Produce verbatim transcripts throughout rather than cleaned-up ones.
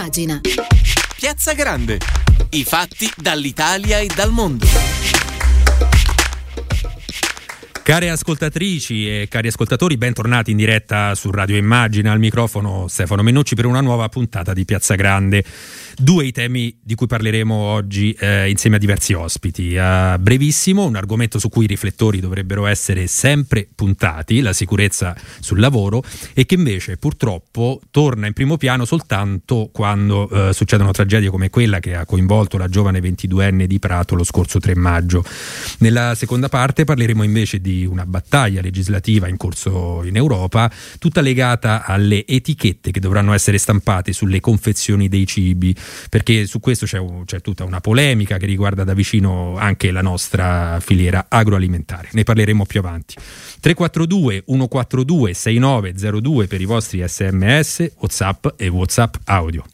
Immagina. Piazza Grande. I fatti dall'Italia e dal mondo. Care ascoltatrici e cari ascoltatori, bentornati in diretta su Radio Immagina. Al microfono Stefano Mennucci per una nuova puntata di Piazza Grande. Due i temi di cui parleremo oggi eh, insieme a diversi ospiti. A brevissimo, un argomento su cui i riflettori dovrebbero essere sempre puntati, la sicurezza sul lavoro, e che invece purtroppo torna in primo piano soltanto quando eh, succedono tragedie come quella che ha coinvolto la giovane ventiduenne di Prato lo scorso tre maggio. Nella seconda parte parleremo invece di una battaglia legislativa in corso in Europa, tutta legata alle etichette che dovranno essere stampate sulle confezioni dei cibi, perché su questo c'è, un, c'è tutta una polemica che riguarda da vicino anche la nostra filiera agroalimentare. Ne parleremo più avanti. tre quattro due uno quattro due sei nove zero due per i vostri sms, WhatsApp e WhatsApp audio.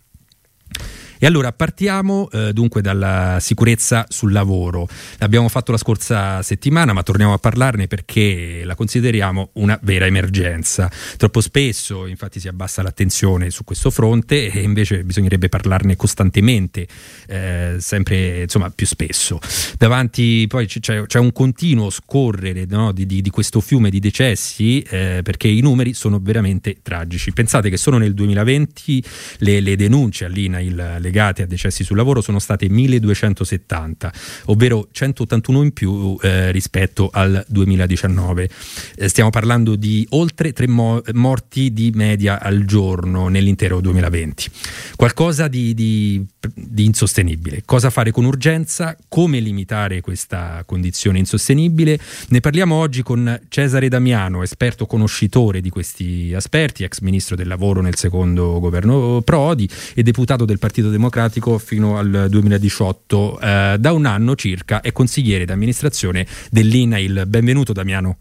E allora partiamo eh, dunque dalla sicurezza sul lavoro. L'abbiamo fatto la scorsa settimana, ma torniamo a parlarne perché la consideriamo una vera emergenza. Troppo spesso infatti si abbassa l'attenzione su questo fronte e invece bisognerebbe parlarne costantemente, eh, sempre insomma più spesso. Davanti poi c'è, c'è un continuo scorrere, no, di, di, di questo fiume di decessi, eh, perché i numeri sono veramente tragici. Pensate che solo nel duemilaventi le, le denunce all'I N A I L legate a decessi sul lavoro sono state milleduecentosettanta, ovvero centottantuno in più eh, rispetto al duemiladiciannove. Eh, stiamo parlando di oltre tre mo- morti di media al giorno nell'intero duemilaventi. Qualcosa di, di, di insostenibile. Cosa fare con urgenza? Come limitare questa condizione insostenibile? Ne parliamo oggi con Cesare Damiano, esperto conoscitore di questi aspetti, ex ministro del lavoro nel secondo governo Prodi e deputato del Partito Democratico fino al duemiladiciotto. Eh, da un anno circa è consigliere d'amministrazione dell'I N A I L. Benvenuto Damiano.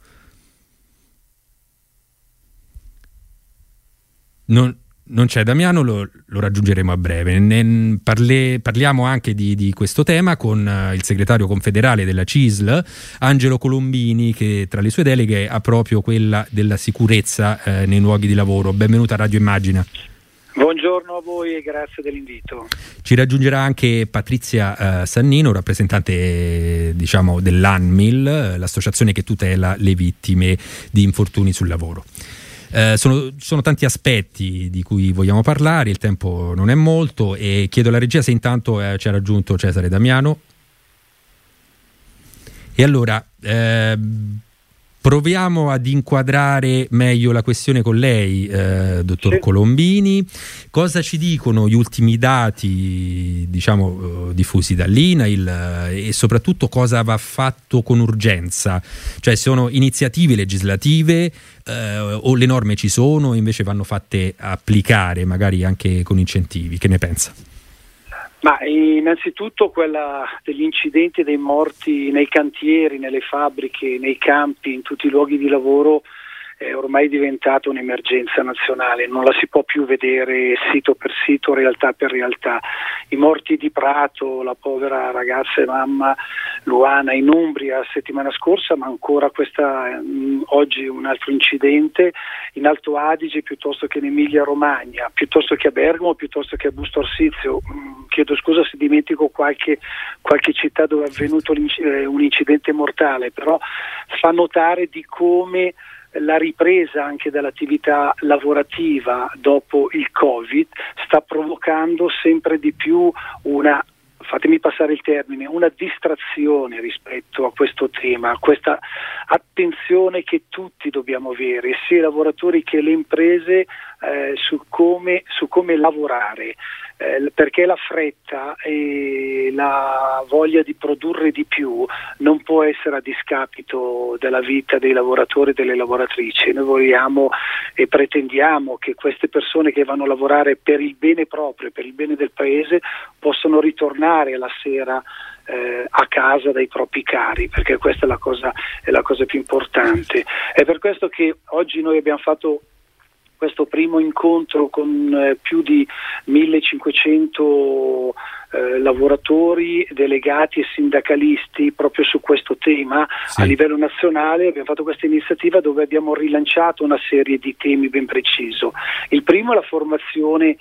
Non, non c'è Damiano, lo, lo raggiungeremo a breve. Ne parle, parliamo anche di, di questo tema con uh, il segretario confederale della C I S L, Angelo Colombini, che tra le sue deleghe ha proprio quella della sicurezza eh, nei luoghi di lavoro. Benvenuto a Radio Immagina. Buongiorno a voi e grazie dell'invito. Ci raggiungerà anche Patrizia uh, Sannino, rappresentante diciamo dell'ANMIL, l'associazione che tutela le vittime di infortuni sul lavoro. Uh, sono, sono tanti aspetti di cui vogliamo parlare, il tempo non è molto e chiedo alla regia se intanto uh, ci ha raggiunto Cesare Damiano. E allora eh, proviamo ad inquadrare meglio la questione con lei, eh, dottor sì. Colombini. Cosa ci dicono gli ultimi dati, diciamo, diffusi dall'I N A I L eh, e soprattutto cosa va fatto con urgenza? Cioè, sono iniziative legislative eh, o le norme ci sono e invece vanno fatte applicare, magari anche con incentivi? Che ne pensa? Ma innanzitutto quella degli incidenti e dei morti nei cantieri, nelle fabbriche, nei campi, in tutti i luoghi di lavoro è ormai diventata un'emergenza nazionale, non la si può più vedere sito per sito, realtà per realtà. I morti di Prato, la povera ragazza e mamma Luana in Umbria settimana scorsa, ma ancora questa mh, oggi un altro incidente in Alto Adige piuttosto che in Emilia Romagna, piuttosto che a Bergamo, piuttosto che a Busto Arsizio. Mh, chiedo scusa se dimentico qualche, qualche città dove è avvenuto un incidente mortale, però fa notare di come la ripresa anche dell'attività lavorativa dopo il Covid sta provocando sempre di più una, fatemi passare il termine, una distrazione rispetto a questo tema, questa attenzione che tutti dobbiamo avere, sia i lavoratori che le imprese, eh, su come, su come lavorare. Eh, perché la fretta e la voglia di produrre di più non può essere a discapito della vita dei lavoratori e delle lavoratrici. Noi vogliamo e pretendiamo che queste persone che vanno a lavorare per il bene proprio, per il bene del paese, possano ritornare la sera eh, a casa dai propri cari, perché questa è la cosa, è la cosa più importante. È per questo che oggi noi abbiamo fatto questo primo incontro con eh, più di millecinquecento eh, lavoratori, delegati e sindacalisti proprio su questo tema. Sì. A livello nazionale abbiamo fatto questa iniziativa dove abbiamo rilanciato una serie di temi ben preciso. Il primo è la formazione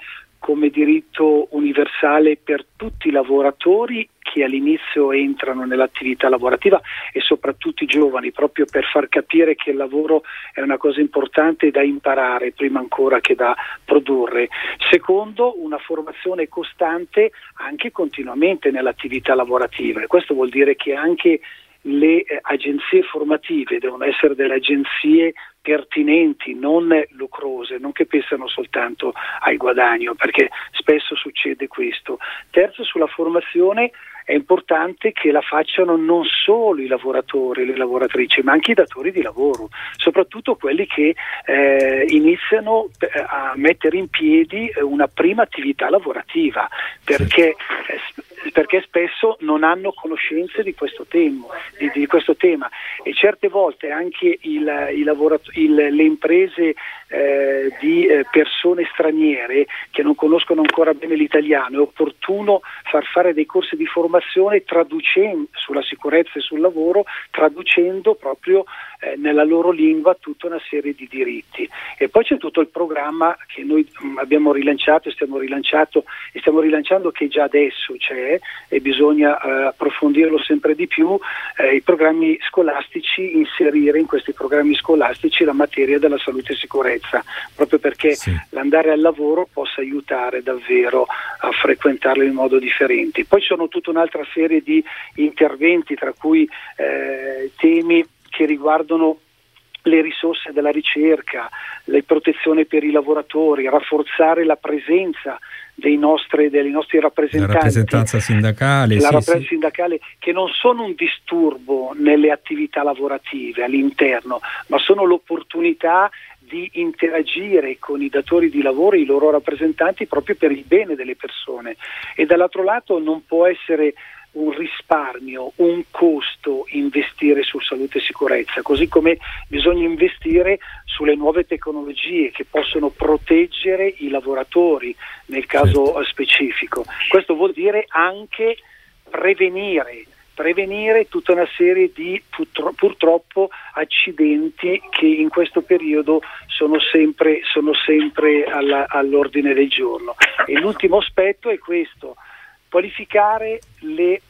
come diritto universale per tutti i lavoratori che all'inizio entrano nell'attività lavorativa e soprattutto i giovani, proprio per far capire che il lavoro è una cosa importante da imparare prima ancora che da produrre. Secondo, una formazione costante anche continuamente nell'attività lavorativa, e questo vuol dire che anche le eh, agenzie formative devono essere delle agenzie pertinenti, non lucrose, non che pensano soltanto al guadagno, perché spesso succede questo. Terzo, sulla formazione è importante che la facciano non solo i lavoratori e le lavoratrici, ma anche i datori di lavoro, soprattutto quelli che eh, iniziano a mettere in piedi una prima attività lavorativa, perché, eh, perché spesso non hanno conoscenze di questo tema, di, di questo tema e certe volte anche il, i lavoratori, il, le imprese eh, di eh, persone straniere che non conoscono ancora bene l'italiano, è opportuno far fare dei corsi di formazione traducendo sulla sicurezza e sul lavoro, traducendo proprio eh, nella loro lingua tutta una serie di diritti. E poi c'è tutto il programma che noi mh, abbiamo rilanciato e stiamo rilanciato e stiamo rilanciando, che già adesso c'è e bisogna eh, approfondirlo sempre di più, eh, i programmi scolastici, inserire in questi programmi scolastici la materia della salute e sicurezza, proprio perché sì. l'andare al lavoro possa aiutare davvero a frequentarlo in modo differente. Poi sono tutta un'altra serie di interventi, tra cui eh, temi che riguardano le risorse della ricerca, la protezione per i lavoratori, rafforzare la presenza dei nostri, dei nostri rappresentanti, la rappresentanza sindacale, la sì, rappresentanza sì. sindacale, che non sono un disturbo nelle attività lavorative all'interno, ma sono l'opportunità di interagire con i datori di lavoro e i loro rappresentanti proprio per il bene delle persone. E dall'altro lato non può essere un risparmio, un costo investire su salute e sicurezza, così come bisogna investire sulle nuove tecnologie che possono proteggere i lavoratori nel caso certo. specifico. Questo vuol dire anche prevenire prevenire tutta una serie di purtroppo accidenti che in questo periodo sono sempre, sono sempre alla, all'ordine del giorno. E l'ultimo aspetto è questo: qualificare le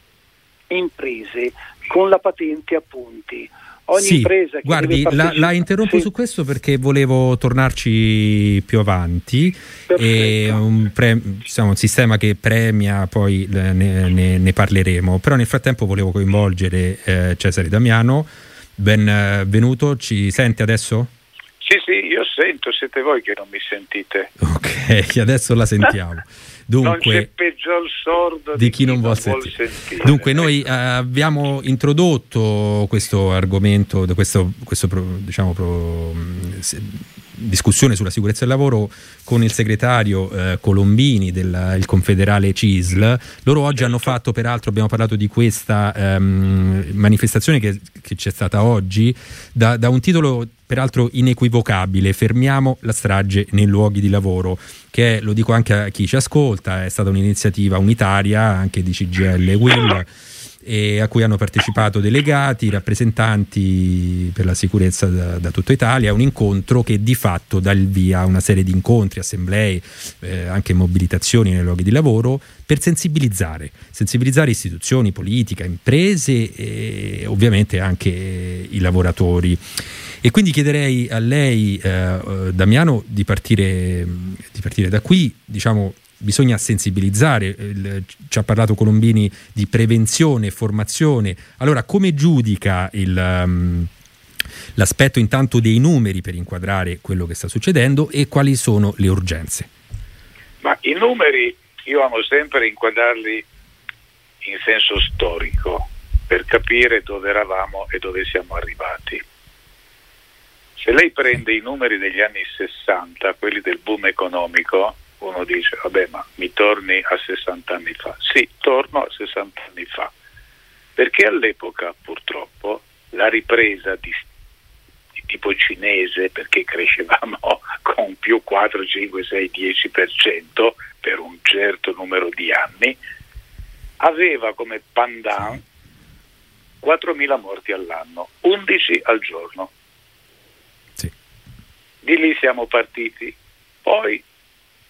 imprese con la patente a punti. Ogni sì, impresa che guardi, deve la, la interrompo sì. su questo perché volevo tornarci più avanti. È un, pre, diciamo, un sistema che premia, poi ne, ne, ne parleremo, però nel frattempo volevo coinvolgere eh, Cesare Damiano. Benvenuto, ci sente adesso? Sì, sì, io sento, siete voi che non mi sentite. Ok, adesso la sentiamo. Dunque, non c'è peggior sordo di chi, chi non, vuol, non sentire. vuol sentire. Dunque, noi eh, abbiamo introdotto questo argomento, questo, questo diciamo, pro, discussione sulla sicurezza del lavoro con il segretario eh, Colombini del il confederale C I S L. Loro oggi certo. hanno fatto, peraltro abbiamo parlato di questa ehm, manifestazione che, che c'è stata oggi, da, da un titolo peraltro inequivocabile: fermiamo la strage nei luoghi di lavoro, che è, lo dico anche a chi ci ascolta, è stata un'iniziativa unitaria anche di C G I L e U I L, e a cui hanno partecipato delegati, rappresentanti per la sicurezza da, da tutta Italia. Un incontro che di fatto dà il via a una serie di incontri, assemblee, eh, anche mobilitazioni nei luoghi di lavoro, per sensibilizzare, sensibilizzare istituzioni, politica, imprese e ovviamente anche i lavoratori. E quindi chiederei a lei, eh, Damiano, di partire, di partire da qui. Diciamo, bisogna sensibilizzare, il, ci ha parlato Colombini di prevenzione, formazione. Allora, come giudica il, um, l'aspetto intanto dei numeri per inquadrare quello che sta succedendo e quali sono le urgenze? Ma i numeri io amo sempre inquadrarli in senso storico per capire dove eravamo e dove siamo arrivati. Se lei prende i numeri degli anni sessanta, quelli del boom economico, uno dice, vabbè, ma mi torni a sessanta anni fa. Sì, torno a sessanta anni fa, perché all'epoca purtroppo la ripresa di, di tipo cinese, perché crescevamo con più quattro, cinque, sei, dieci per cento per un certo numero di anni, aveva come pendant quattromila morti all'anno, undici al giorno. Sì. Di lì siamo partiti. Poi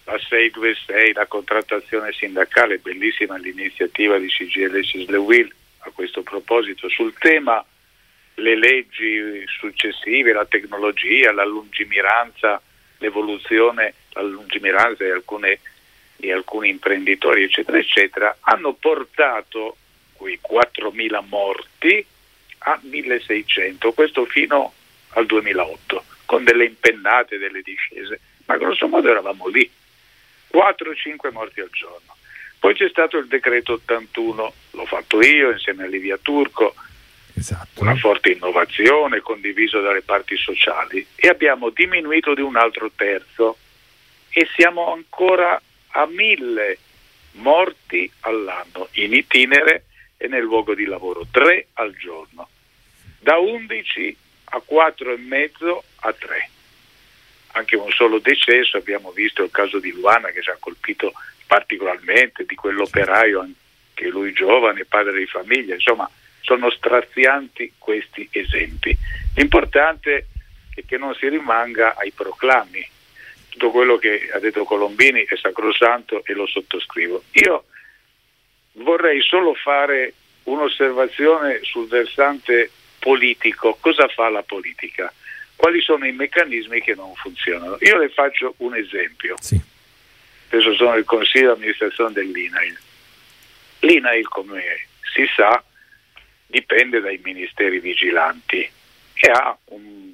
la sei due sei, la contrattazione sindacale, bellissima l'iniziativa di C G I L e CISL-UIL a questo proposito. Sul tema le leggi successive, la tecnologia, la lungimiranza, l'evoluzione, la lungimiranza di, alcune, di alcuni imprenditori eccetera eccetera hanno portato quei quattromila morti a milleseicento, questo fino al duemilaotto, con delle impennate, delle discese, ma grosso modo eravamo lì, quattro cinque morti al giorno. Poi c'è stato il decreto ottantuno, l'ho fatto io insieme a Livia Turco, esatto. Una forte innovazione condiviso dalle parti sociali, e abbiamo diminuito di un altro terzo e siamo ancora a mille morti all'anno in itinere e nel luogo di lavoro, tre al giorno, da undici a quattro e mezzo a tre. Anche un solo decesso, abbiamo visto il caso di Luana che ci ha colpito particolarmente, di quell'operaio, anche lui giovane, padre di famiglia, insomma sono strazianti questi esempi. L'importante è che non si rimanga ai proclami. Tutto quello che ha detto Colombini è sacrosanto e lo sottoscrivo. Io vorrei solo fare un'osservazione sul versante politico. Cosa fa la politica? Quali sono i meccanismi che non funzionano? Io le faccio un esempio. Sì. Adesso sono il consiglio di amministrazione dell'I N A I L. L'I N A I L, come si sa, dipende dai ministeri vigilanti e ha un,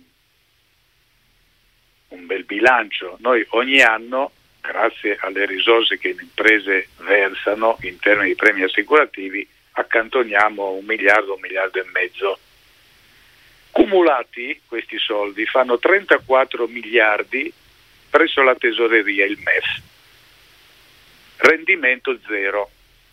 un bel bilancio. Noi ogni anno, grazie alle risorse che le imprese versano in termini di premi assicurativi, accantoniamo un miliardo, un miliardo e mezzo. Cumulati questi soldi fanno trentaquattro miliardi presso la tesoreria, il M E F. Rendimento zero.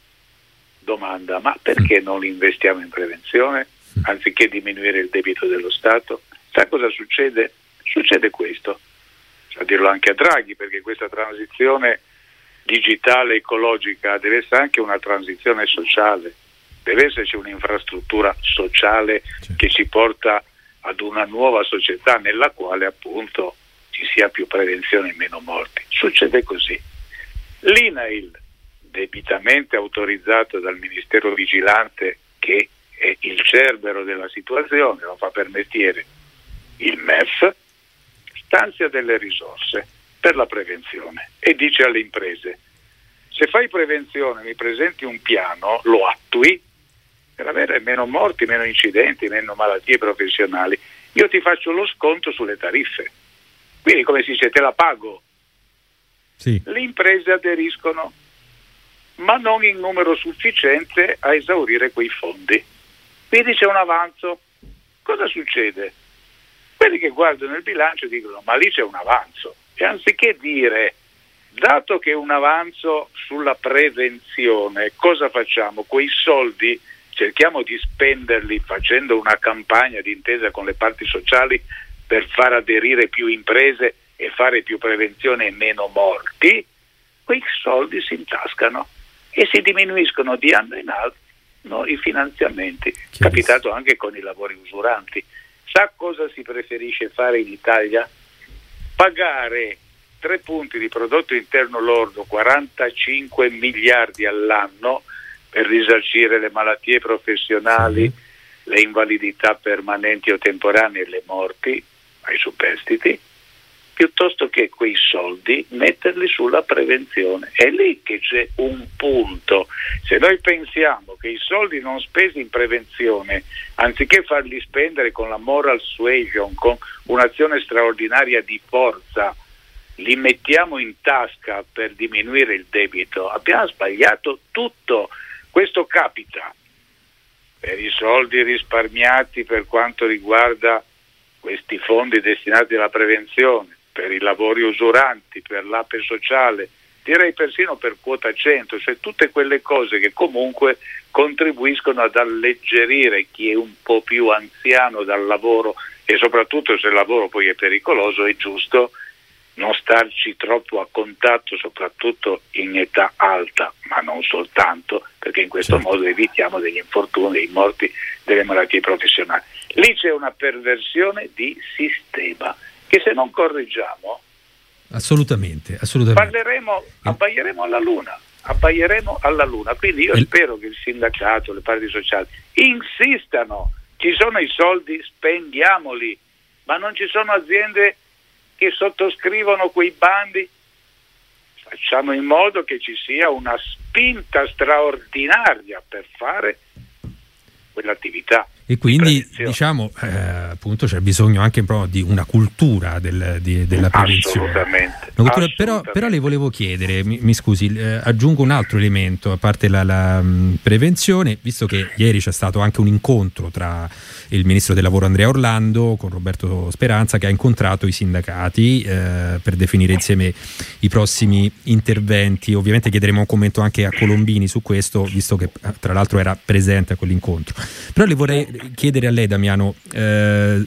Domanda, ma perché non investiamo in prevenzione anziché diminuire il debito dello Stato? Sa cosa succede? Succede questo. A dirlo anche a Draghi, perché questa transizione digitale ecologica deve essere anche una transizione sociale. Deve esserci un'infrastruttura sociale che ci porta ad una nuova società nella quale appunto ci sia più prevenzione e meno morti. Succede così. L'I N A I L, debitamente autorizzato dal Ministero Vigilante, che è il cerbero della situazione, lo fa per mestiere, il M E F, stanzia delle risorse per la prevenzione e dice alle imprese: se fai prevenzione, mi presenti un piano, lo attui per avere meno morti, meno incidenti, meno malattie professionali, io ti faccio lo sconto sulle tariffe. Quindi, come si dice, te la pago. Sì. Le imprese aderiscono, ma non in numero sufficiente a esaurire quei fondi. Quindi c'è un avanzo. Cosa succede? Quelli che guardano il bilancio dicono: ma lì c'è un avanzo. E anziché dire, dato che un avanzo sulla prevenzione, cosa facciamo? Quei soldi cerchiamo di spenderli facendo una campagna d'intesa con le parti sociali per far aderire più imprese e fare più prevenzione e meno morti. Quei soldi si intascano e si diminuiscono di anno in anno i finanziamenti. È capitato anche con i lavori usuranti. Sa cosa si preferisce fare in Italia? Pagare tre punti di prodotto interno lordo, quarantacinque miliardi all'anno, per risarcire le malattie professionali, sì, le invalidità permanenti o temporanee e le morti ai superstiti, piuttosto che quei soldi metterli sulla prevenzione. È lì che c'è un punto. Se noi pensiamo che i soldi non spesi in prevenzione, anziché farli spendere con la moral suasion, con un'azione straordinaria di forza, li mettiamo in tasca per diminuire il debito, abbiamo sbagliato tutto. Questo capita per i soldi risparmiati per quanto riguarda questi fondi destinati alla prevenzione, per i lavori usuranti, per l'A P E sociale, direi persino per quota cento, cioè tutte quelle cose che comunque contribuiscono ad alleggerire chi è un po' più anziano dal lavoro, e soprattutto se il lavoro poi è pericoloso è giusto non starci troppo a contatto, soprattutto in età alta, ma non soltanto, perché in questo certo. modo evitiamo degli infortuni, dei morti, delle malattie professionali. Lì c'è una perversione di sistema che se non correggiamo Assolutamente, assolutamente. Parleremo, abbaieremo alla luna, abbaieremo alla luna. Quindi io El... spero che il sindacato, le parti sociali insistano, ci sono i soldi, spendiamoli, ma non ci sono aziende che sottoscrivono quei bandi. Facciamo in modo che ci sia una spinta straordinaria per fare quell'attività. E quindi diciamo eh, appunto c'è bisogno anche proprio di una cultura del, di, della prevenzione. Assolutamente, no, assolutamente. Però, però le volevo chiedere, mi, mi scusi, eh, aggiungo un altro elemento a parte la, la mh, prevenzione, visto che ieri c'è stato anche un incontro tra il ministro del lavoro Andrea Orlando con Roberto Speranza, che ha incontrato i sindacati eh, per definire insieme i prossimi interventi. Ovviamente chiederemo un commento anche a Colombini su questo, visto che tra l'altro era presente a quell'incontro. Però le vorrei chiedere a lei, Damiano, eh,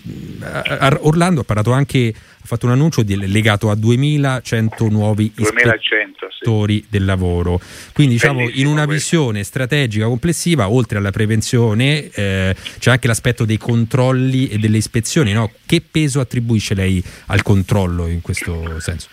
Orlando ha parlato anche, ha fatto un annuncio di, legato a duemilacento nuovi ispettori sì. del lavoro, quindi diciamo Bellissimo in una questo. visione strategica complessiva, oltre alla prevenzione eh, c'è anche l'aspetto dei controlli e delle ispezioni, no? Che peso attribuisce lei al controllo in questo senso?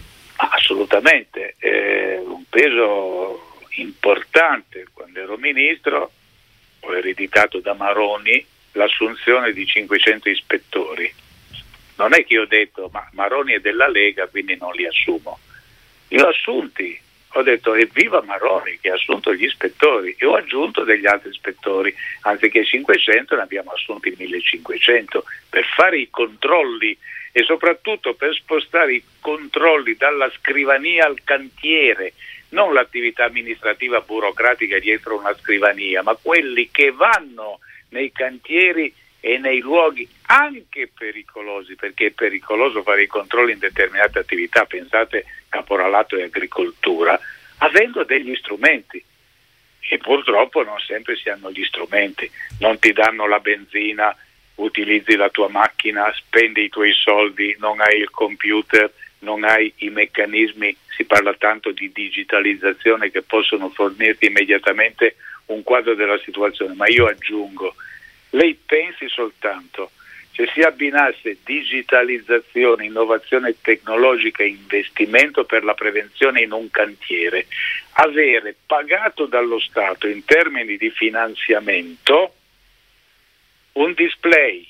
Assolutamente, eh, un peso importante. Quando ero ministro ho ereditato da Maroni l'assunzione di cinquecento ispettori. Non è che io ho detto ma Maroni è della Lega quindi non li assumo. Io ho assunti, ho detto evviva Maroni che ha assunto gli ispettori, e ho aggiunto degli altri ispettori, anziché cinquecento ne abbiamo assunti millecinquecento per fare i controlli e soprattutto per spostare i controlli dalla scrivania al cantiere, non l'attività amministrativa burocratica dietro una scrivania, ma quelli che vanno nei cantieri e nei luoghi anche pericolosi, perché è pericoloso fare i controlli in determinate attività, pensate caporalato e agricoltura, avendo degli strumenti. E purtroppo non sempre si hanno gli strumenti, non ti danno la benzina, utilizzi la tua macchina, spendi i tuoi soldi, non hai il computer, non hai i meccanismi, si parla tanto di digitalizzazione, che possono fornirti immediatamente un quadro della situazione, ma io aggiungo, lei pensi soltanto, se si abbinasse digitalizzazione, innovazione tecnologica e investimento per la prevenzione in un cantiere, avere pagato dallo Stato in termini di finanziamento un display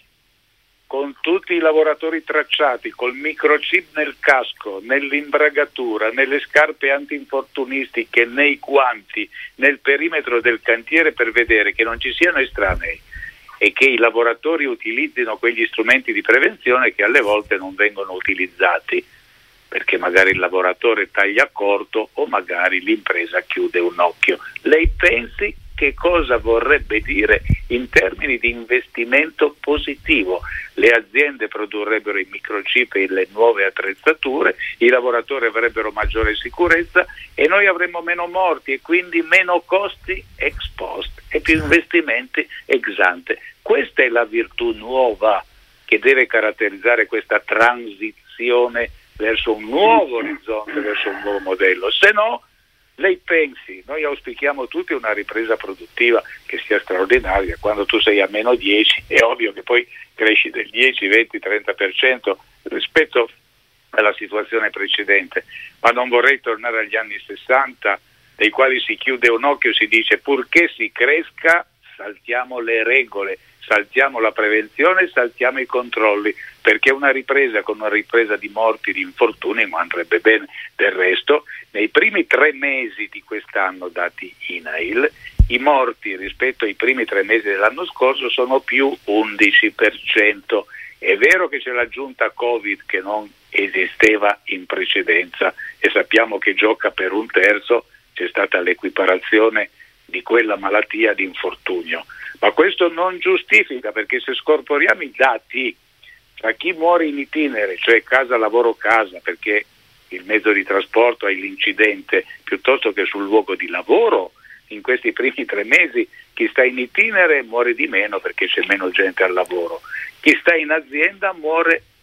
con tutti i lavoratori tracciati, col microchip nel casco, nell'imbragatura, nelle scarpe antinfortunistiche, nei guanti, nel perimetro del cantiere, per vedere che non ci siano estranei e che i lavoratori utilizzino quegli strumenti di prevenzione che alle volte non vengono utilizzati, perché magari il lavoratore taglia corto o magari l'impresa chiude un occhio. Lei pensi che cosa vorrebbe dire in termini di investimento positivo? Le aziende produrrebbero i microchip e le nuove attrezzature, i lavoratori avrebbero maggiore sicurezza e noi avremmo meno morti e quindi meno costi ex post e più investimenti ex ante. Questa è la virtù nuova che deve caratterizzare questa transizione verso un nuovo orizzonte, verso un nuovo modello. Se no, lei pensi, noi auspichiamo tutti una ripresa produttiva che sia straordinaria. Quando tu sei a meno dieci è ovvio che poi cresci del dieci, venti, trenta per cento rispetto alla situazione precedente, ma non vorrei tornare agli anni sessanta, nei quali si chiude un occhio e si dice purché si cresca saltiamo le regole, saltiamo la prevenzione, saltiamo i controlli, perché una ripresa con una ripresa di morti, di infortuni non andrebbe bene. Del resto, nei primi tre mesi di quest'anno, dati I N A I L, i morti rispetto ai primi tre mesi dell'anno scorso sono più undici per cento. È vero che c'è l'aggiunta Covid che non esisteva in precedenza e sappiamo che gioca per un terzo, c'è stata l'equiparazione di quella malattia di infortunio, ma questo non giustifica, perché se scorporiamo i dati tra chi muore in itinere, cioè casa lavoro casa, perché il mezzo di trasporto hai l'incidente, piuttosto che sul luogo di lavoro, in questi primi tre mesi chi sta in itinere muore di meno perché c'è meno gente al lavoro, chi sta in azienda muore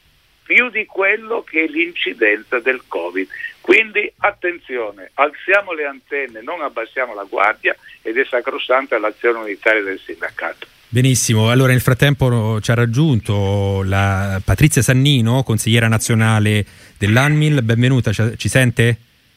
più di quello che è l'incidenza del Covid. Quindi attenzione, alziamo le antenne, non abbassiamo la guardia, ed è sacrosanta l'azione unitaria del sindacato. Benissimo, allora nel frattempo ci ha raggiunto la Patrizia Sannino, consigliera nazionale dell'Anmil. Benvenuta, ci sente?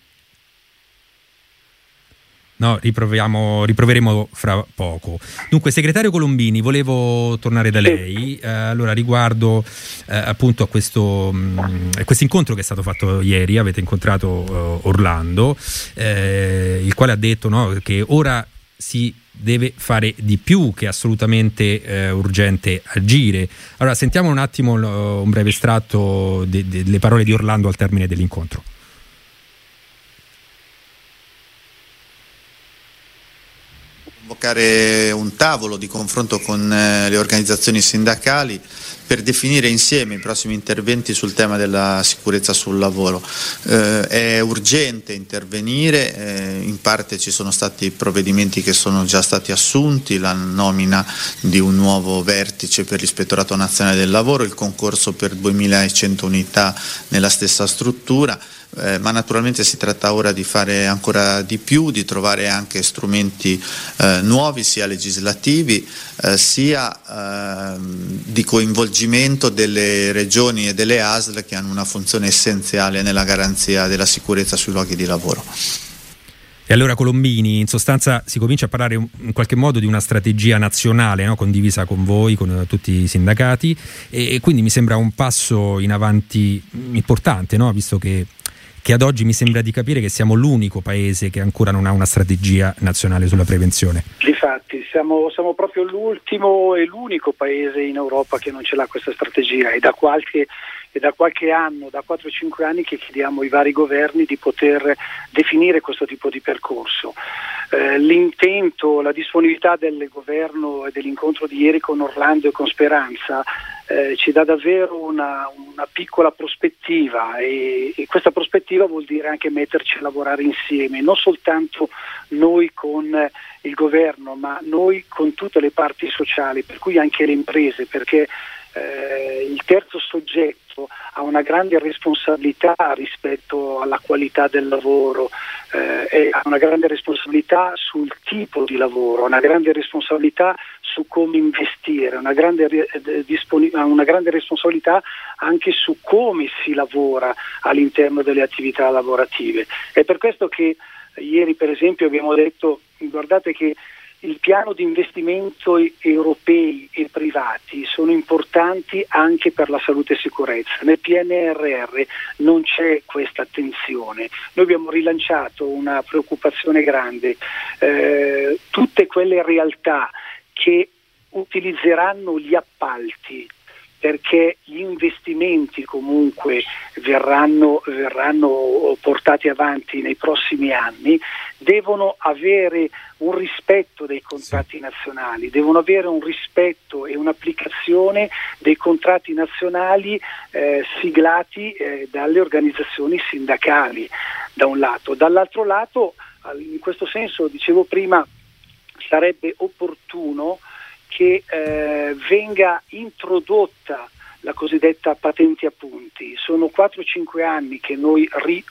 No, riproviamo, riproveremo fra poco. Dunque, segretario Colombini, volevo tornare da lei, eh, allora riguardo eh, appunto a questo mh, questo incontro che è stato fatto ieri. Avete incontrato eh, Orlando, eh, il quale ha detto, no, che ora si deve fare di più, che è assolutamente eh, urgente agire. Allora sentiamo un attimo lo, un breve estratto de, de, delle parole di Orlando al termine dell'incontro. Convocare un tavolo di confronto con eh, le organizzazioni sindacali per definire insieme i prossimi interventi sul tema della sicurezza sul lavoro. Eh, è urgente intervenire, eh, in parte ci sono stati provvedimenti che sono già stati assunti, la nomina di un nuovo vertice per l'Ispettorato Nazionale del Lavoro, il concorso per duemilacento unità nella stessa struttura. Eh, ma naturalmente si tratta ora di fare ancora di più, di trovare anche strumenti eh, nuovi, sia legislativi eh, sia eh, di coinvolgimento delle regioni e delle A S L, che hanno una funzione essenziale nella garanzia della sicurezza sui luoghi di lavoro. E allora Colombini, in sostanza si comincia a parlare in qualche modo di una strategia nazionale, no? Condivisa con voi, con tutti i sindacati, e, e quindi mi sembra un passo in avanti importante, no? Visto che che ad oggi mi sembra di capire che siamo l'unico paese che ancora non ha una strategia nazionale sulla prevenzione. Difatti siamo, siamo proprio l'ultimo e l'unico paese in Europa che non ce l'ha questa strategia, e da qualche, e da qualche anno, da quattro cinque anni che chiediamo ai vari governi di poter definire questo tipo di percorso. Eh, l'intento, la disponibilità del governo e dell'incontro di ieri con Orlando e con Speranza eh, ci dà davvero una, una piccola prospettiva, e, e questa prospettiva vuol dire anche metterci a lavorare insieme, non soltanto noi con il governo, ma noi con tutte le parti sociali, per cui anche le imprese, perché eh, il terzo soggetto ha una grande responsabilità rispetto alla qualità del lavoro, eh, e ha una grande responsabilità sul tipo di lavoro, una grande responsabilità su come investire, una grande, eh, disponi- una grande responsabilità anche su come si lavora all'interno delle attività lavorative. È per questo che ieri per esempio abbiamo detto: guardate che il piano di investimento europei e privati sono importanti anche per la salute e sicurezza. Nel P N R R non c'è questa attenzione. Noi abbiamo rilanciato una preoccupazione grande. Eh, tutte quelle realtà che utilizzeranno gli appalti, perché gli investimenti comunque verranno, verranno portati avanti nei prossimi anni, devono avere un rispetto dei contratti nazionali, devono avere un rispetto e un'applicazione dei contratti nazionali eh, siglati eh, dalle organizzazioni sindacali, da un lato. Dall'altro lato, in questo senso, dicevo prima, sarebbe opportuno che eh, venga introdotta la cosiddetta patenti a punti. Sono quattro cinque anni che noi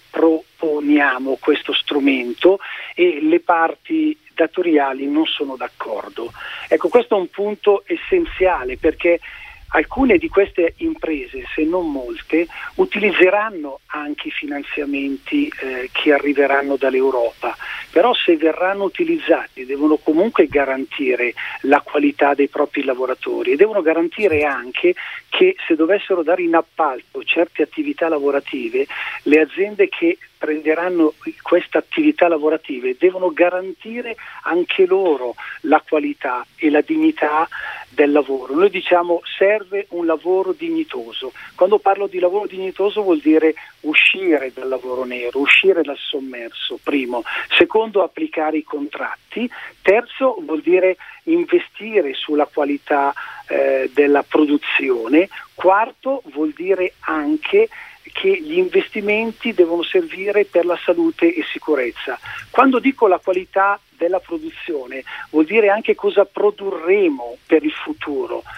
riproponiamo questo strumento e le parti datoriali non sono d'accordo. Ecco, questo è un punto essenziale, perché alcune di queste imprese, se non molte, utilizzeranno anche i finanziamenti eh, che arriveranno dall'Europa, però se verranno utilizzati devono comunque garantire la qualità dei propri lavoratori, e devono garantire anche che se dovessero dare in appalto certe attività lavorative, le aziende che prenderanno queste attività lavorative devono garantire anche loro la qualità e la dignità del lavoro. Noi diciamo serve un lavoro dignitoso. Quando parlo di lavoro dignitoso vuol dire uscire dal lavoro nero, uscire dal sommerso, primo. Secondo, applicare i contratti. Terzo, vuol dire investire sulla qualità eh, della produzione. Quarto, vuol dire anche che gli investimenti devono servire per la salute e sicurezza. Quando dico la qualità della produzione, vuol dire anche cosa produrremo per il futuro.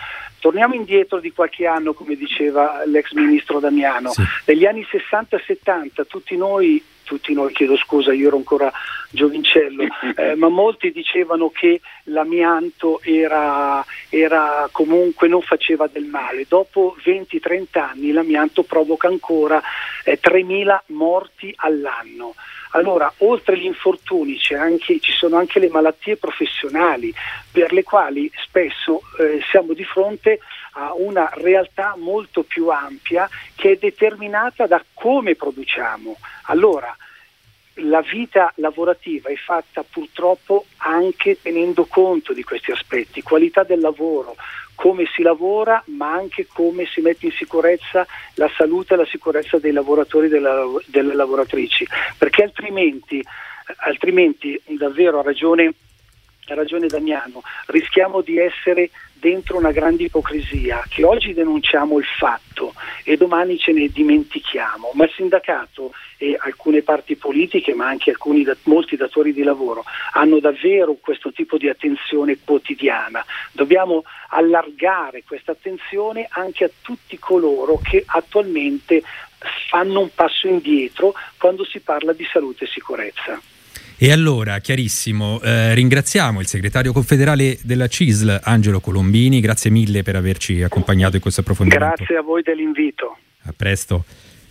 Torniamo indietro di qualche anno, come diceva l'ex ministro Damiano. Sì. Negli anni sessanta settanta tutti noi, tutti noi chiedo scusa, io ero ancora giovincello, eh, ma molti dicevano che l'amianto era, era comunque non faceva del male. Dopo venti trenta anni l'amianto provoca ancora eh, tremila morti all'anno. Allora, oltre agli infortuni c'è anche, ci sono anche le malattie professionali, per le quali spesso eh, siamo di fronte a una realtà molto più ampia che è determinata da come produciamo. Allora, la vita lavorativa è fatta purtroppo anche tenendo conto di questi aspetti: qualità del lavoro, come si lavora, ma anche come si mette in sicurezza la salute e la sicurezza dei lavoratori e delle, delle lavoratrici, perché altrimenti, altrimenti davvero ha ragione, ha ragione Damiano, rischiamo di essere dentro una grande ipocrisia, che oggi denunciamo il fatto e domani ce ne dimentichiamo, ma il sindacato e alcune parti politiche, ma anche alcuni molti datori di lavoro hanno davvero questo tipo di attenzione quotidiana. Dobbiamo allargare questa attenzione anche a tutti coloro che attualmente fanno un passo indietro quando si parla di salute e sicurezza. E allora, chiarissimo, eh, ringraziamo il segretario confederale della C I S L, Angelo Colombini, grazie mille per averci accompagnato in questo approfondimento. Grazie a voi dell'invito. A presto.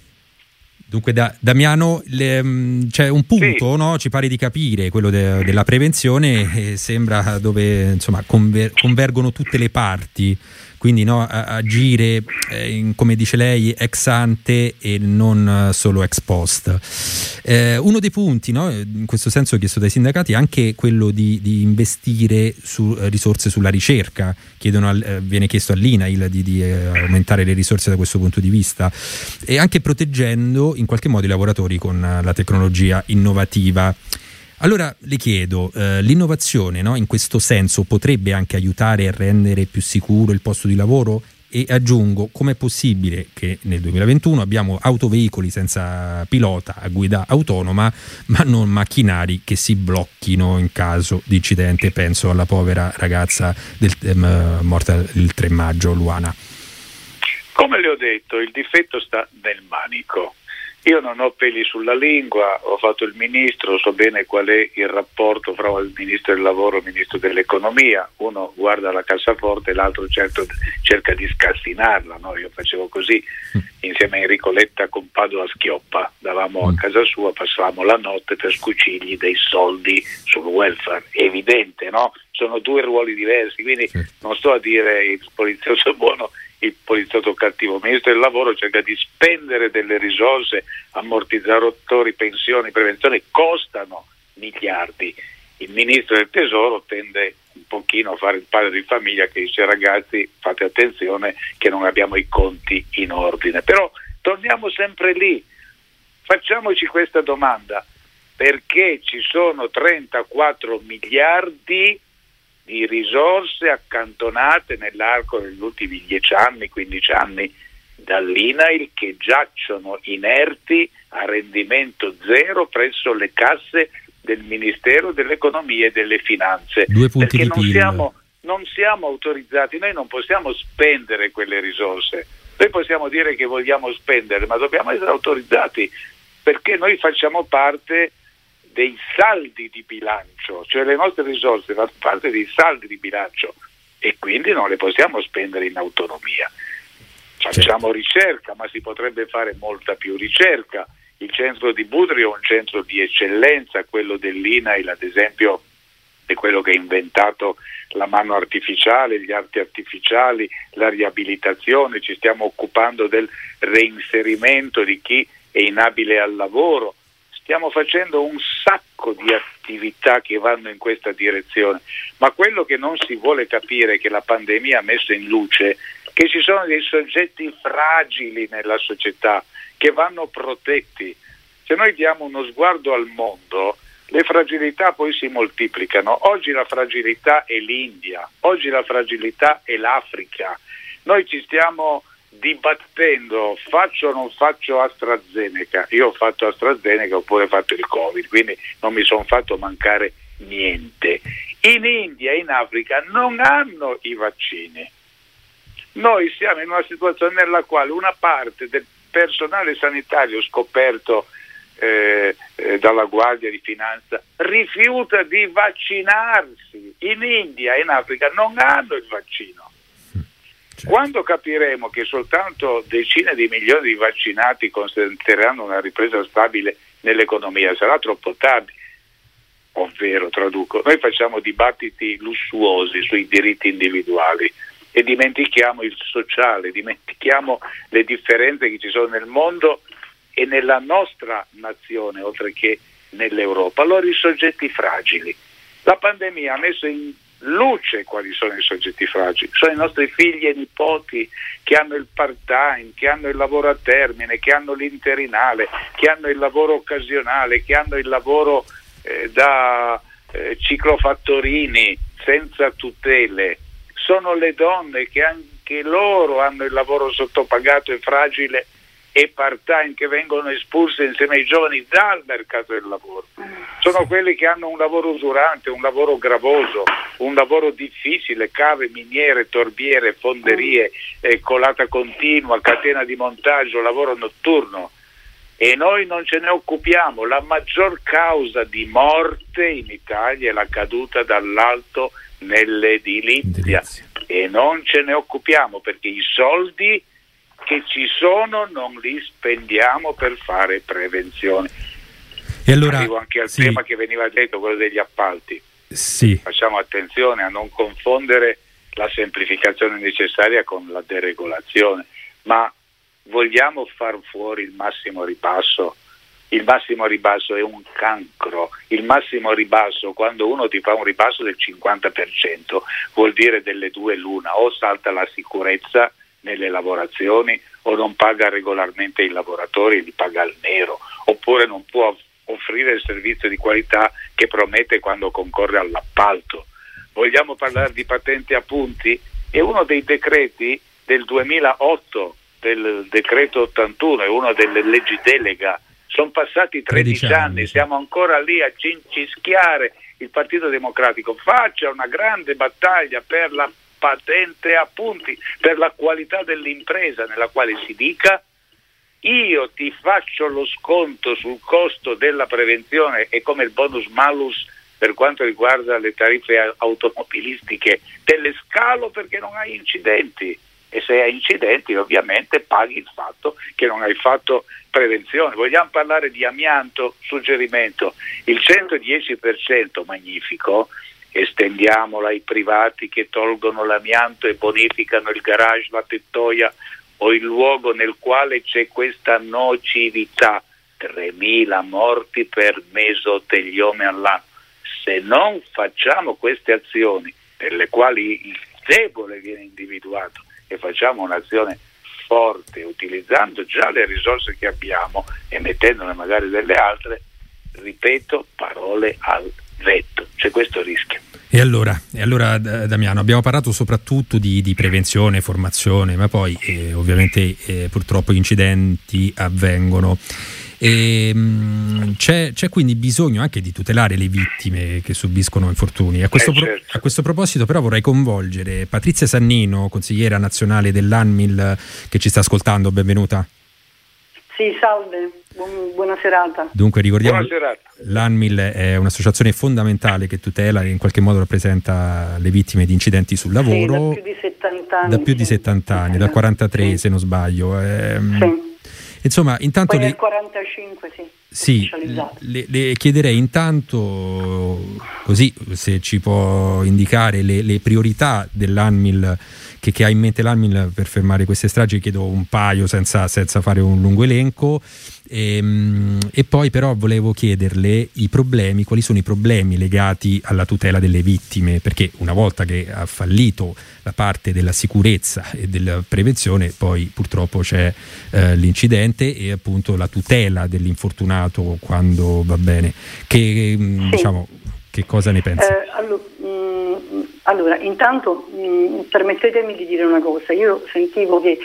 Dunque, da, Damiano, le, mh, c'è un punto, sì. no? Ci pare di capire, quello de, della prevenzione, e sembra dove insomma conver, convergono tutte le parti. Quindi no, agire, eh, in, come dice lei, ex ante e non solo ex post. Eh, uno dei punti, no, in questo senso chiesto dai sindacati, è anche quello di, di investire su eh, risorse sulla ricerca. Chiedono al, eh, viene chiesto all'I N A I L di, di eh, aumentare le risorse da questo punto di vista, e anche proteggendo in qualche modo i lavoratori con eh, la tecnologia innovativa. Allora le chiedo, eh, l'innovazione, no, in questo senso potrebbe anche aiutare a rendere più sicuro il posto di lavoro? E aggiungo, com'è possibile che nel duemilaventuno abbiamo autoveicoli senza pilota a guida autonoma, ma non macchinari che si blocchino in caso di incidente? Penso alla povera ragazza del, eh, morta il tre maggio, Luana. Come le ho detto, il difetto sta nel manico. Io non ho peli sulla lingua, ho fatto il ministro, so bene qual è il rapporto fra il ministro del lavoro e il ministro dell'economia. Uno guarda la cassaforte e l'altro certo cerca di scassinarla, no? Io facevo così insieme a Enrico Letta con Padova Schioppa, davamo a casa sua, passavamo la notte per scucirgli dei soldi sul welfare. È evidente, no? Sono due ruoli diversi, quindi non sto a dire il poliziotto buono, il poliziotto cattivo. Il ministro del lavoro cerca di spendere delle risorse, ammortizzatori, pensioni, prevenzione, costano miliardi. Il ministro del tesoro tende un pochino a fare il padre di famiglia che dice: ragazzi, fate attenzione che non abbiamo i conti in ordine. Però torniamo sempre lì, facciamoci questa domanda: perché ci sono trentaquattro miliardi di risorse accantonate nell'arco degli ultimi dieci anni, quindici anni dall'I N A I L che giacciono inerti a rendimento zero presso le casse del Ministero dell'Economia e delle Finanze? Due punti perché di non P I L. siamo, non siamo autorizzati, noi non possiamo spendere quelle risorse. Noi possiamo dire che vogliamo spendere, ma dobbiamo essere autorizzati, perché noi facciamo parte dei saldi di bilancio, cioè le nostre risorse fanno parte dei saldi di bilancio e quindi non le possiamo spendere in autonomia. Facciamo ricerca, ma si potrebbe fare molta più ricerca. Il centro di Budrio è un centro di eccellenza, quello dell'I N A I L ad esempio è quello che ha inventato la mano artificiale, gli arti artificiali, la riabilitazione. Ci stiamo occupando del reinserimento di chi è inabile al lavoro. Stiamo facendo un sacco di attività che vanno in questa direzione, ma quello che non si vuole capire, che la pandemia ha messo in luce, che ci sono dei soggetti fragili nella società che vanno protetti. Se noi diamo uno sguardo al mondo, le fragilità poi si moltiplicano. Oggi la fragilità è l'India, oggi la fragilità è l'Africa. Noi ci stiamo dibattendo, faccio o non faccio AstraZeneca. Io ho fatto AstraZeneca oppure ho fatto il Covid, quindi non mi sono fatto mancare niente. In India e in Africa non hanno i vaccini, Noi siamo in una situazione nella quale una parte del personale sanitario scoperto eh, eh, dalla Guardia di Finanza rifiuta di vaccinarsi. In India e in Africa non hanno il vaccino. Quando capiremo che soltanto decine di milioni di vaccinati consentiranno una ripresa stabile nell'economia, sarà troppo tardi. Ovvero, traduco, noi facciamo dibattiti lussuosi sui diritti individuali e dimentichiamo il sociale, dimentichiamo le differenze che ci sono nel mondo e nella nostra nazione, oltre che nell'Europa. Allora i soggetti fragili. La pandemia ha messo in luce quali sono i soggetti fragili. Sono i nostri figli e nipoti che hanno il part-time, che hanno il lavoro a termine, che hanno l'interinale, che hanno il lavoro occasionale, che hanno il lavoro eh, da eh, ciclofattorini senza tutele. Sono le donne che anche loro hanno il lavoro sottopagato e fragile e part-time, che vengono espulse insieme ai giovani dal mercato del lavoro. Sono quelli che hanno un lavoro usurante, un lavoro gravoso, un lavoro difficile, cave, miniere, torbiere, fonderie, eh, colata continua, catena di montaggio, lavoro notturno. E noi non ce ne occupiamo. La maggior causa di morte in Italia è la caduta dall'alto nell'edilizia. E non ce ne occupiamo perché i soldi che ci sono non li spendiamo per fare prevenzione. E allora arrivo anche al sì. tema che veniva detto, quello degli appalti. Sì. Facciamo attenzione a non confondere la semplificazione necessaria con la deregolazione, ma vogliamo far fuori il massimo ribasso. Il massimo ribasso è un cancro. Il massimo ribasso, quando uno ti fa un ribasso del cinquanta per cento, vuol dire delle due l'una: o salta la sicurezza nelle lavorazioni o non paga regolarmente i lavoratori, li paga al nero, oppure non può offrire il servizio di qualità che promette quando concorre all'appalto. Vogliamo parlare di patenti a punti? È uno dei decreti del duemilaotto, del decreto ottantuno, è una delle leggi delega. Sono passati tredici anni, siamo ancora lì a cincischiare. Il Partito Democratico faccia una grande battaglia per la patente a punti, per la qualità dell'impresa, nella quale si dica: io ti faccio lo sconto sul costo della prevenzione, e come il bonus malus per quanto riguarda le tariffe automobilistiche, te le scalo perché non hai incidenti, e se hai incidenti ovviamente paghi il fatto che non hai fatto prevenzione. Vogliamo parlare di amianto? Suggerimento: il centodieci per cento, magnifico, estendiamola ai privati che tolgono l'amianto e bonificano il garage, la tettoia o il luogo nel quale c'è questa nocività. tremila morti per mesoteliome all'anno. Se non facciamo queste azioni, per le quali il debole viene individuato, e facciamo un'azione forte utilizzando già le risorse che abbiamo e mettendone magari delle altre, ripeto, parole al vento. C'è questo rischio. E allora, e allora Damiano, abbiamo parlato soprattutto di, di prevenzione, formazione, ma poi eh, ovviamente eh, purtroppo incidenti avvengono. E, mh, c'è, c'è quindi bisogno anche di tutelare le vittime che subiscono infortuni. A questo, eh, pro- certo. a questo proposito però vorrei coinvolgere Patrizia Sannino, consigliera nazionale dell'ANMIL, che ci sta ascoltando. Benvenuta. Sì, salve, Buon, buona serata. Dunque ricordiamo, buona serata. L'ANMIL è un'associazione fondamentale che tutela e in qualche modo rappresenta le vittime di incidenti sul lavoro. Sì, da più di settanta anni. Da più di settanta anni, dal quarantatré sì. se non sbaglio. Ehm, sì. Insomma, intanto poi le, nel quarantacinque sì. sì le, le chiederei intanto, così se ci può indicare le, le priorità dell'ANMIL, che, che ha in mente l'ANMIL per fermare queste stragi. Chiedo un paio senza, senza fare un lungo elenco. E, e poi però volevo chiederle i problemi, quali sono i problemi legati alla tutela delle vittime, perché una volta che ha fallito la parte della sicurezza e della prevenzione, poi purtroppo c'è eh, l'incidente e appunto la tutela dell'infortunato quando va bene. Che, sì. diciamo, che cosa ne pensi? Eh, allora, mh, allora, intanto mh, permettetemi di dire una cosa. Io sentivo che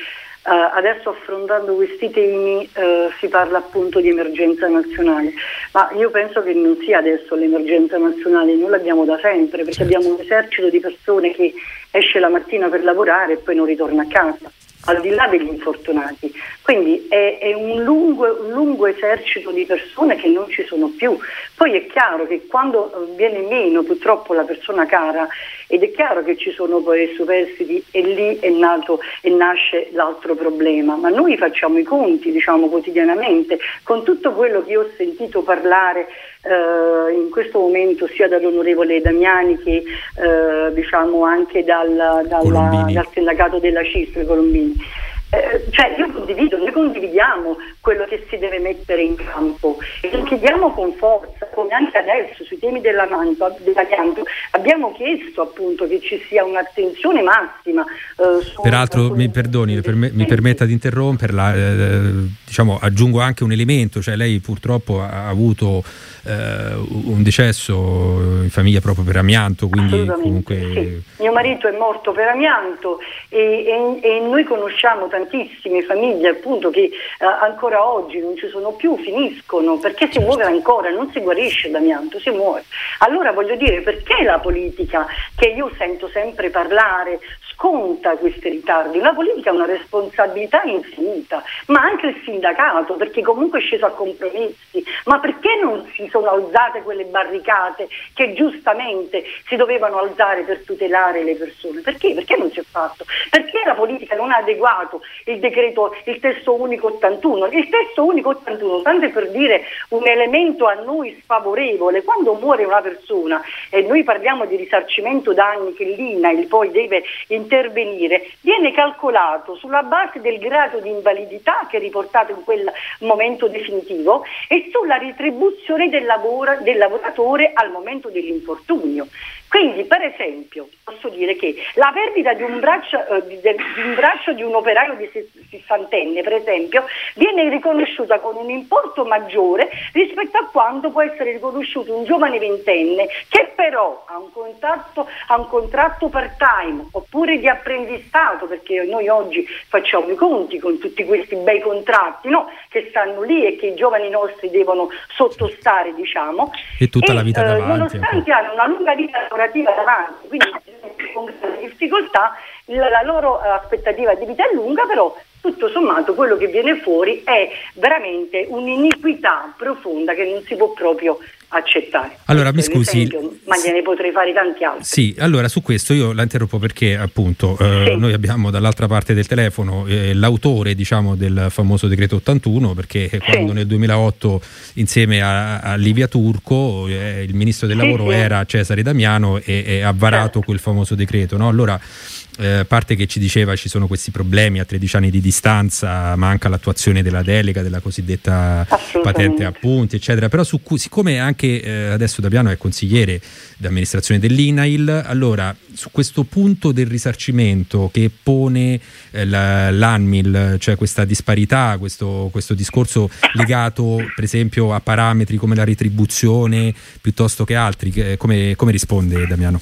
adesso affrontando questi temi uh, si parla appunto di emergenza nazionale, ma io penso che non sia adesso l'emergenza nazionale, noi l'abbiamo da sempre, perché abbiamo un esercito di persone che esce la mattina per lavorare e poi non ritorna a casa, al di là degli infortunati. Quindi è, è un, lungo, un lungo esercito di persone che non ci sono più. Poi è chiaro che quando viene meno purtroppo la persona cara, ed è chiaro che ci sono poi superstiti, e lì è nato e nasce l'altro problema. Ma noi facciamo i conti, diciamo, quotidianamente con tutto quello che io ho sentito parlare Uh, in questo momento sia dall'onorevole Damiani che uh, diciamo anche dal, dalla, dal sindacato della C I S L Colombini. Eh, cioè io condivido, noi condividiamo quello che si deve mettere in campo e lo chiediamo con forza, come anche adesso sui temi dell'amianto abbiamo chiesto appunto che ci sia un'attenzione massima. Eh, su, Peraltro su, mi perdoni, per me, mi permetta di interromperla, eh, diciamo aggiungo anche un elemento, cioè lei purtroppo ha avuto eh, un decesso in famiglia proprio per amianto, quindi comunque... Sì. Mio marito è morto per amianto e, e, e noi conosciamo tantissime famiglie appunto che eh, ancora oggi non ci sono più, finiscono perché si muove ancora, non si guarisce l'amianto, si muove. Allora voglio dire, perché la politica, che io sento sempre parlare, sconta questi ritardi? La politica ha una responsabilità infinita, ma anche il sindacato, perché comunque è sceso a compromessi. Ma perché non si sono alzate quelle barricate che giustamente si dovevano alzare per tutelare le persone? Perché? Perché non si è fatto? Perché la politica non ha adeguato il decreto, il testo unico ottantuno? Il testo unico ottantuno, tanto per dire un elemento a noi sfavorevole, quando muore una persona e noi parliamo di risarcimento danni che l'I N A I L poi deve intervenire, viene calcolato sulla base del grado di invalidità che è riportato in quel momento definitivo e sulla retribuzione del, lavoro, del lavoratore al momento dell'infortunio. Quindi, per esempio, posso dire che la perdita di un braccio, eh, di, di un braccio di un operaio di sessantenne, per esempio, viene riconosciuta con un importo maggiore rispetto a quanto può essere riconosciuto un giovane ventenne che però ha un contratto, ha un contratto part-time oppure di apprendistato, perché noi oggi facciamo i conti con tutti questi bei contratti, no? Che stanno lì e che i giovani nostri devono sottostare, diciamo. E tutta e, la vita davanti. Eh, nonostante hanno una lunga vita lavorativa davanti, quindi con grande difficoltà, la, la loro aspettativa di vita è lunga, però tutto sommato quello che viene fuori è veramente un'iniquità profonda che non si può proprio accettare. Allora mi questo scusi, esempio, ma gliene potrei fare tanti altri. Sì, allora su questo io la interrompo perché appunto eh, sì. noi abbiamo dall'altra parte del telefono eh, l'autore, diciamo, del famoso decreto ottantuno, perché sì. quando nel duemilaotto insieme a, a Livia Turco eh, il ministro del sì, lavoro sì. era Cesare Damiano e, e ha varato certo. quel famoso decreto, no? Allora a eh, parte che ci diceva ci sono questi problemi a tredici anni di distanza, manca l'attuazione della delega della cosiddetta patente a punti eccetera, però su cui, siccome anche eh, adesso Damiano è consigliere d'amministrazione dell'I N A I L, allora su questo punto del risarcimento che pone eh, la, l'ANMIL, cioè questa disparità, questo, questo discorso legato per esempio a parametri come la retribuzione piuttosto che altri, che, come, come risponde Damiano?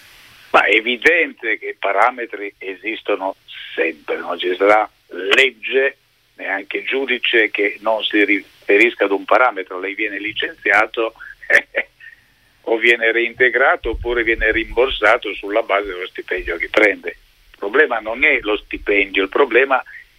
Ma è evidente che i parametri esistono sempre, non ci sarà legge, neanche giudice che non si riferisca ad un parametro. Lei viene licenziato eh, o viene reintegrato oppure viene rimborsato sulla base dello stipendio che prende. Il problema non è lo stipendio, il problema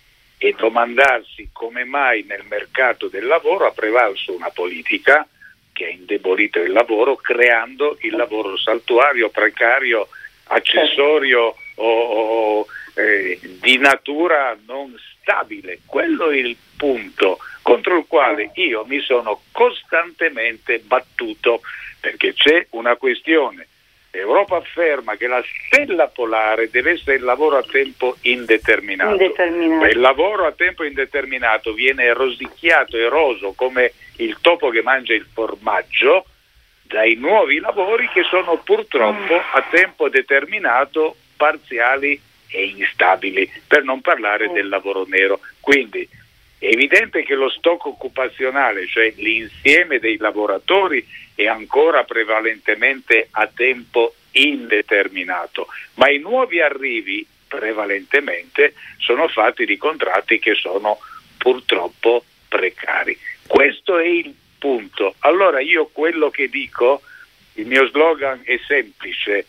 è domandarsi come mai nel mercato del lavoro ha prevalso una politica che ha indebolito il lavoro, creando il lavoro saltuario, precario, accessorio o, o eh, di natura non stabile. Quello è il punto contro il quale io mi sono costantemente battuto, perché c'è una questione. L'Europa afferma che la stella polare deve essere il lavoro a tempo indeterminato. indeterminato. Il lavoro a tempo indeterminato viene rosicchiato, eroso come il topo che mangia il formaggio dai nuovi lavori che sono purtroppo a tempo determinato, parziali e instabili, per non parlare del lavoro nero. Quindi è evidente che lo stock occupazionale, cioè l'insieme dei lavoratori, è ancora prevalentemente a tempo indeterminato, ma i nuovi arrivi prevalentemente sono fatti di contratti che sono purtroppo precari. Questo è il punto. Allora io quello che dico, il mio slogan è semplice: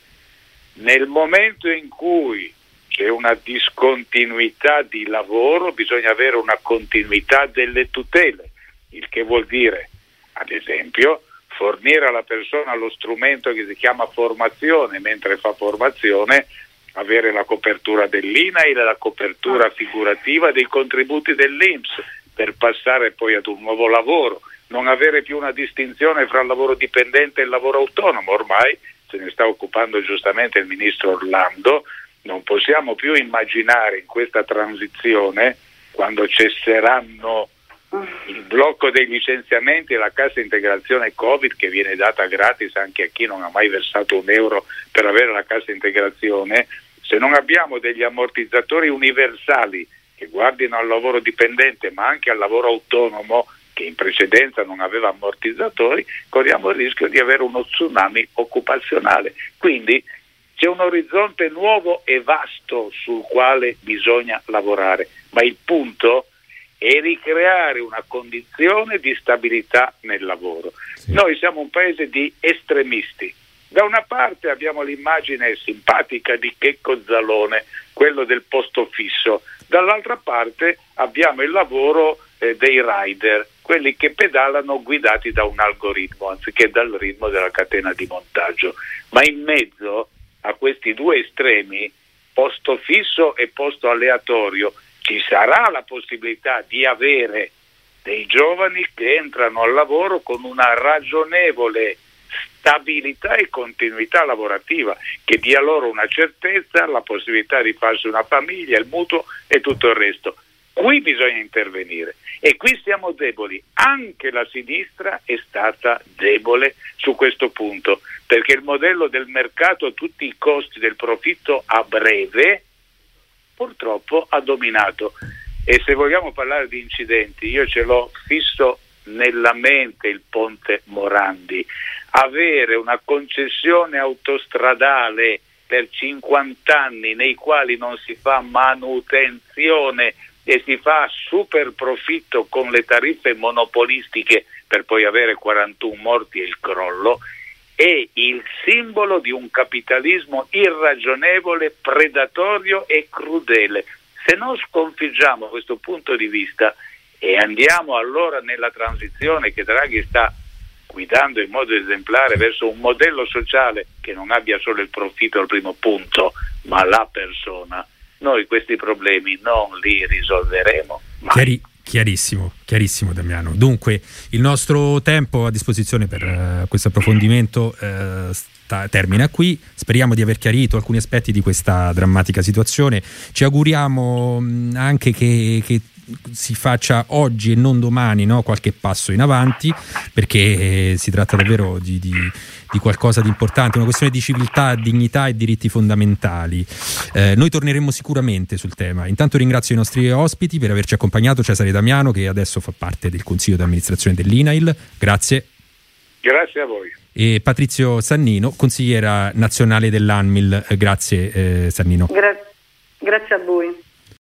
nel momento in cui c'è una discontinuità di lavoro bisogna avere una continuità delle tutele, il che vuol dire, ad esempio, fornire alla persona lo strumento che si chiama formazione, mentre fa formazione avere la copertura dell'I N A I L, la copertura figurativa dei contributi dell'I N P S per passare poi ad un nuovo lavoro, non avere più una distinzione fra il lavoro dipendente e il lavoro autonomo. Ormai se ne sta occupando giustamente il ministro Orlando. Non possiamo più immaginare in questa transizione, quando cesseranno il blocco dei licenziamenti e la cassa integrazione Covid, che viene data gratis anche a chi non ha mai versato un euro per avere la cassa integrazione, se non abbiamo degli ammortizzatori universali che guardino al lavoro dipendente ma anche al lavoro autonomo, che in precedenza non aveva ammortizzatori, corriamo il rischio di avere uno tsunami occupazionale. Quindi c'è un orizzonte nuovo e vasto sul quale bisogna lavorare, ma il punto è ricreare una condizione di stabilità nel lavoro. Sì. Noi siamo un paese di estremisti. Da una parte abbiamo l'immagine simpatica di Checco Zalone, quello del posto fisso, dall'altra parte abbiamo il lavoro eh, dei rider, quelli che pedalano guidati da un algoritmo anziché dal ritmo della catena di montaggio. Ma in mezzo a questi due estremi, posto fisso e posto aleatorio, ci sarà la possibilità di avere dei giovani che entrano al lavoro con una ragionevole stabilità e continuità lavorativa, che dia loro una certezza, la possibilità di farsi una famiglia, il mutuo e tutto il resto. Qui bisogna intervenire e qui siamo deboli. Anche la sinistra è stata debole su questo punto, perché il modello del mercato a tutti i costi del profitto a breve purtroppo ha dominato. E se vogliamo parlare di incidenti, io ce l'ho fisso nella mente il ponte Morandi. Avere una concessione autostradale per cinquanta anni nei quali non si fa manutenzione e si fa super profitto con le tariffe monopolistiche per poi avere quarantuno morti e il crollo, è il simbolo di un capitalismo irragionevole, predatorio e crudele. Se non sconfiggiamo questo punto di vista e andiamo allora nella transizione che Draghi sta guidando in modo esemplare verso un modello sociale che non abbia solo il profitto al primo punto, ma la persona, noi questi problemi non li risolveremo mai. Chiari, chiarissimo, chiarissimo Damiano. Dunque, il nostro tempo a disposizione per uh, questo approfondimento uh, sta, termina qui. Speriamo di aver chiarito alcuni aspetti di questa drammatica situazione. Ci auguriamo mh, anche che, che si faccia oggi e non domani, no, qualche passo in avanti, perché eh, si tratta davvero di, di, di qualcosa di importante, una questione di civiltà, dignità e diritti fondamentali. Eh, noi torneremo sicuramente sul tema. Intanto ringrazio i nostri ospiti per averci accompagnato, Cesare Damiano, che adesso fa parte del consiglio di amministrazione dell'I N A I L, grazie. Grazie a voi. E Patrizio Sannino, consigliera nazionale dell'A N M I L, grazie eh, Sannino. Gra- grazie a voi.